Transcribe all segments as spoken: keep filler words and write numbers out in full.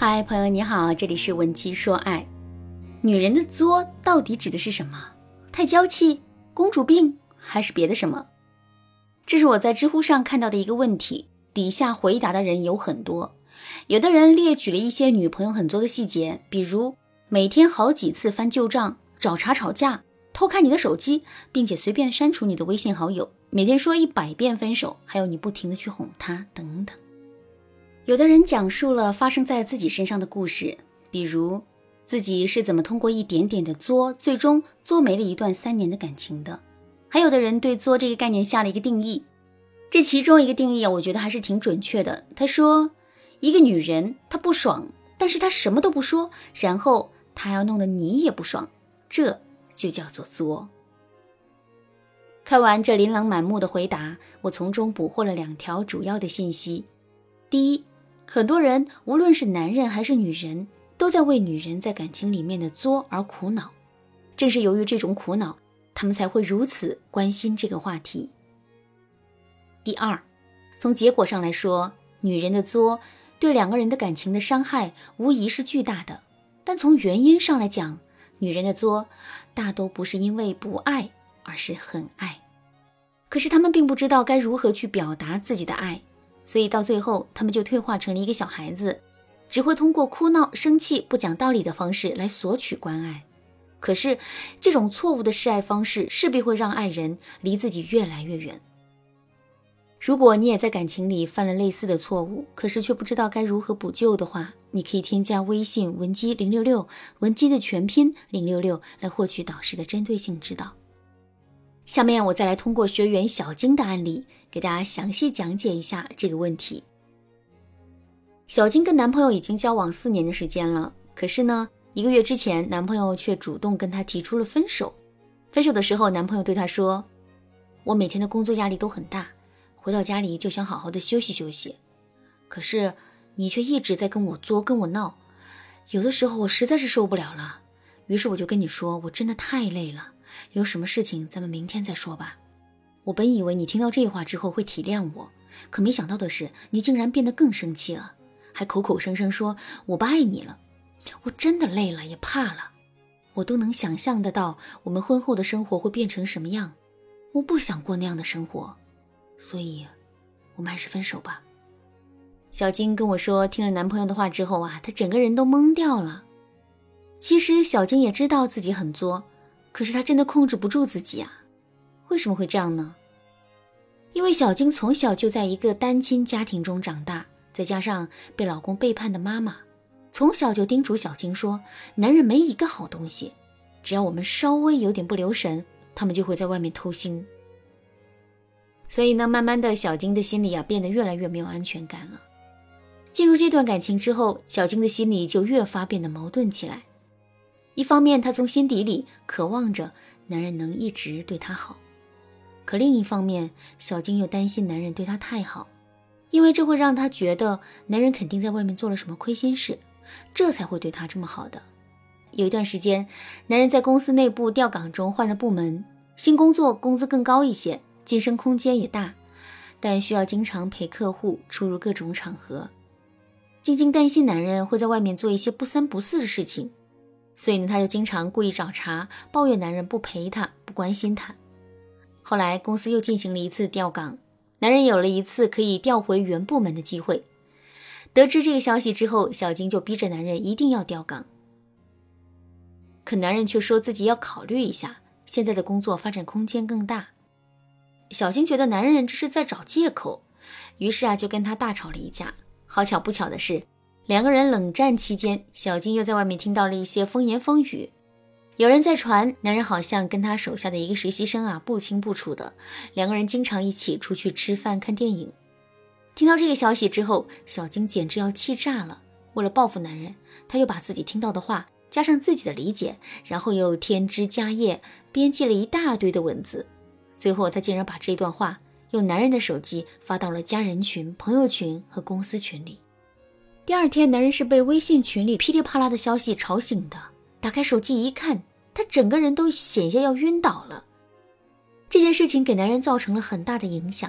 嗨，朋友你好，这里是文姬说爱。女人的作到底指的是什么？太娇气、公主病，还是别的什么？这是我在知乎上看到的一个问题，底下回答的人有很多。有的人列举了一些女朋友很作的细节，比如每天好几次翻旧账、找茬吵架、偷看你的手机，并且随便删除你的微信好友，每天说一百遍分手，还有你不停地去哄他等等。有的人讲述了发生在自己身上的故事，比如自己是怎么通过一点点的作，最终作没了一段三年的感情的。还有的人对作这个概念下了一个定义，这其中一个定义我觉得还是挺准确的。他说，一个女人她不爽，但是她什么都不说，然后她要弄得你也不爽，这就叫做作。看完这琳琅满目的回答，我从中捕获了两条主要的信息。第一，很多人无论是男人还是女人，都在为女人在感情里面的作而苦恼。正是由于这种苦恼，他们才会如此关心这个话题。第二，从结果上来说，女人的作对两个人的感情的伤害无疑是巨大的，但从原因上来讲，女人的作大都不是因为不爱，而是很爱。可是他们并不知道该如何去表达自己的爱，所以到最后他们就退化成了一个小孩子，只会通过哭闹、生气、不讲道理的方式来索取关爱。可是这种错误的示爱方式势必会让爱人离自己越来越远。如果你也在感情里犯了类似的错误，可是却不知道该如何补救的话，你可以添加微信文姬零六六，文姬的全拼零六六，来获取导师的针对性指导。下面我再来通过学员小金的案例，给大家详细讲解一下这个问题。小金跟男朋友已经交往四年的时间了，可是呢，一个月之前，男朋友却主动跟她提出了分手。分手的时候，男朋友对她说，我每天的工作压力都很大，回到家里就想好好的休息休息，可是你却一直在跟我作跟我闹，有的时候我实在是受不了了，于是我就跟你说，我真的太累了，有什么事情咱们明天再说吧。我本以为你听到这话之后会体谅我，可没想到的是，你竟然变得更生气了，还口口声声说我不爱你了。我真的累了，也怕了，我都能想象得到我们婚后的生活会变成什么样，我不想过那样的生活，所以我们还是分手吧。小金跟我说，听了男朋友的话之后啊，她整个人都懵掉了。其实小金也知道自己很作，可是她真的控制不住自己啊。为什么会这样呢？因为小金从小就在一个单亲家庭中长大，再加上被老公背叛的妈妈，从小就叮嘱小金说，男人没一个好东西，只要我们稍微有点不留神，他们就会在外面偷腥。所以呢，慢慢的小金的心里啊变得越来越没有安全感了。进入这段感情之后，小金的心里就越发变得矛盾起来。一方面，她从心底里渴望着男人能一直对她好，可另一方面，小金又担心男人对她太好，因为这会让她觉得男人肯定在外面做了什么亏心事，这才会对她这么好的。有一段时间，男人在公司内部调岗中换了部门，新工作工资更高一些，晋升空间也大，但需要经常陪客户出入各种场合。静静担心男人会在外面做一些不三不四的事情，所以呢，她就经常故意找茬，抱怨男人不陪她，不关心她。后来公司又进行了一次调岗，男人有了一次可以调回原部门的机会。得知这个消息之后，小金就逼着男人一定要调岗。可男人却说自己要考虑一下，现在的工作发展空间更大。小金觉得男人这是在找借口，于是啊就跟他大吵了一架。好巧不巧的是，两个人冷战期间，小金又在外面听到了一些风言风语。有人在传，男人好像跟他手下的一个实习生啊不清不楚的，两个人经常一起出去吃饭看电影。听到这个消息之后，小金简直要气炸了。为了报复男人，他又把自己听到的话加上自己的理解，然后又添枝加叶，编辑了一大堆的文字。最后他竟然把这段话用男人的手机发到了家人群、朋友群和公司群里。第二天，男人是被微信群里噼里啪啦的消息吵醒的，打开手机一看，他整个人都险些要晕倒了。这件事情给男人造成了很大的影响，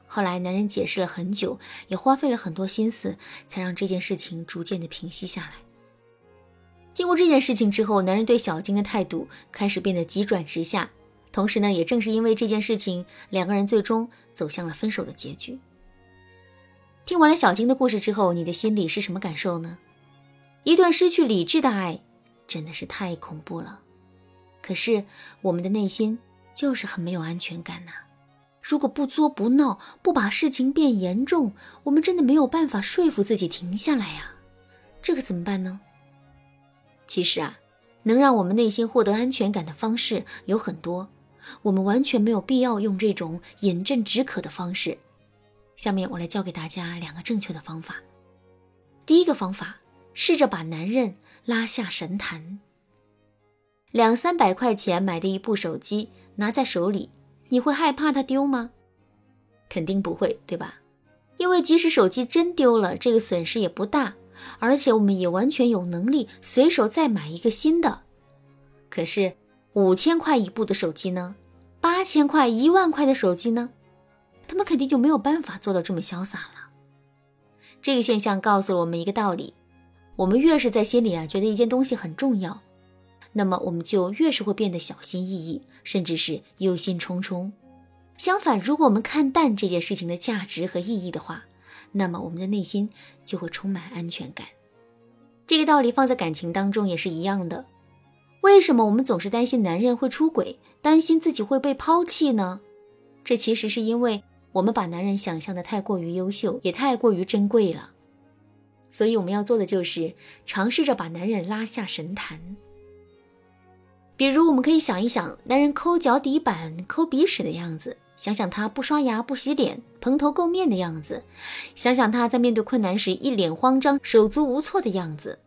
后来男人解释了很久，也花费了很多心思，才让这件事情逐渐的平息下来。经过这件事情之后，男人对小金的态度开始变得急转直下，同时呢，也正是因为这件事情，两个人最终走向了分手的结局。听完了小金的故事之后，你的心里是什么感受呢？一段失去理智的爱真的是太恐怖了，可是我们的内心就是很没有安全感呐、啊。如果不作不闹，不把事情变严重，我们真的没有办法说服自己停下来呀、啊。这可怎么办呢？其实啊，能让我们内心获得安全感的方式有很多，我们完全没有必要用这种饮鸩止渴的方式。下面我来教给大家两个正确的方法。第一个方法，试着把男人拉下神坛。两三百块钱买的一部手机拿在手里，你会害怕它丢吗？肯定不会，对吧？因为即使手机真丢了，这个损失也不大，而且我们也完全有能力随手再买一个新的。可是五千块一部的手机呢？八千块、一万块的手机呢？他们肯定就没有办法做到这么潇洒了。这个现象告诉了我们一个道理，我们越是在心里啊觉得一件东西很重要，那么我们就越是会变得小心翼翼，甚至是忧心忡忡。相反，如果我们看淡这件事情的价值和意义的话，那么我们的内心就会充满安全感。这个道理放在感情当中也是一样的。为什么我们总是担心男人会出轨，担心自己会被抛弃呢？这其实是因为我们把男人想象的太过于优秀，也太过于珍贵了。所以我们要做的就是尝试着把男人拉下神坛。比如我们可以想一想男人抠脚底板、抠鼻屎的样子，想想他不刷牙不洗脸蓬头垢面的样子，想想他在面对困难时一脸慌张手足无措的样子。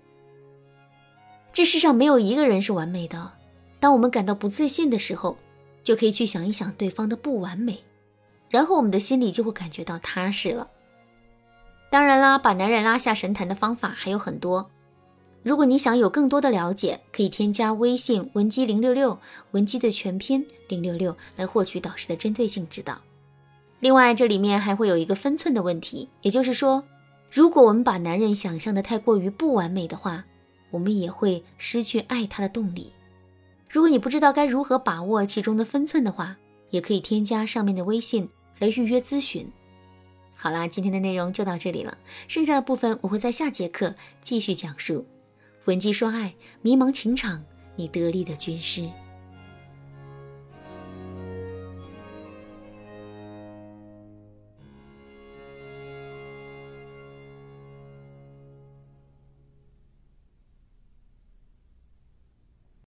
这世上没有一个人是完美的，当我们感到不自信的时候，就可以去想一想对方的不完美，然后我们的心里就会感觉到踏实了。当然啦，把男人拉下神坛的方法还有很多。如果你想有更多的了解，可以添加微信文姬零六六，文姬的全拼零六六，来获取导师的针对性指导。另外，这里面还会有一个分寸的问题，也就是说，如果我们把男人想象的太过于不完美的话，我们也会失去爱他的动力。如果你不知道该如何把握其中的分寸的话，也可以添加上面的微信来预约咨询。好啦，今天的内容就到这里了，剩下的部分我会在下节课继续讲述。文姬说爱，迷茫情场，你得力的军师。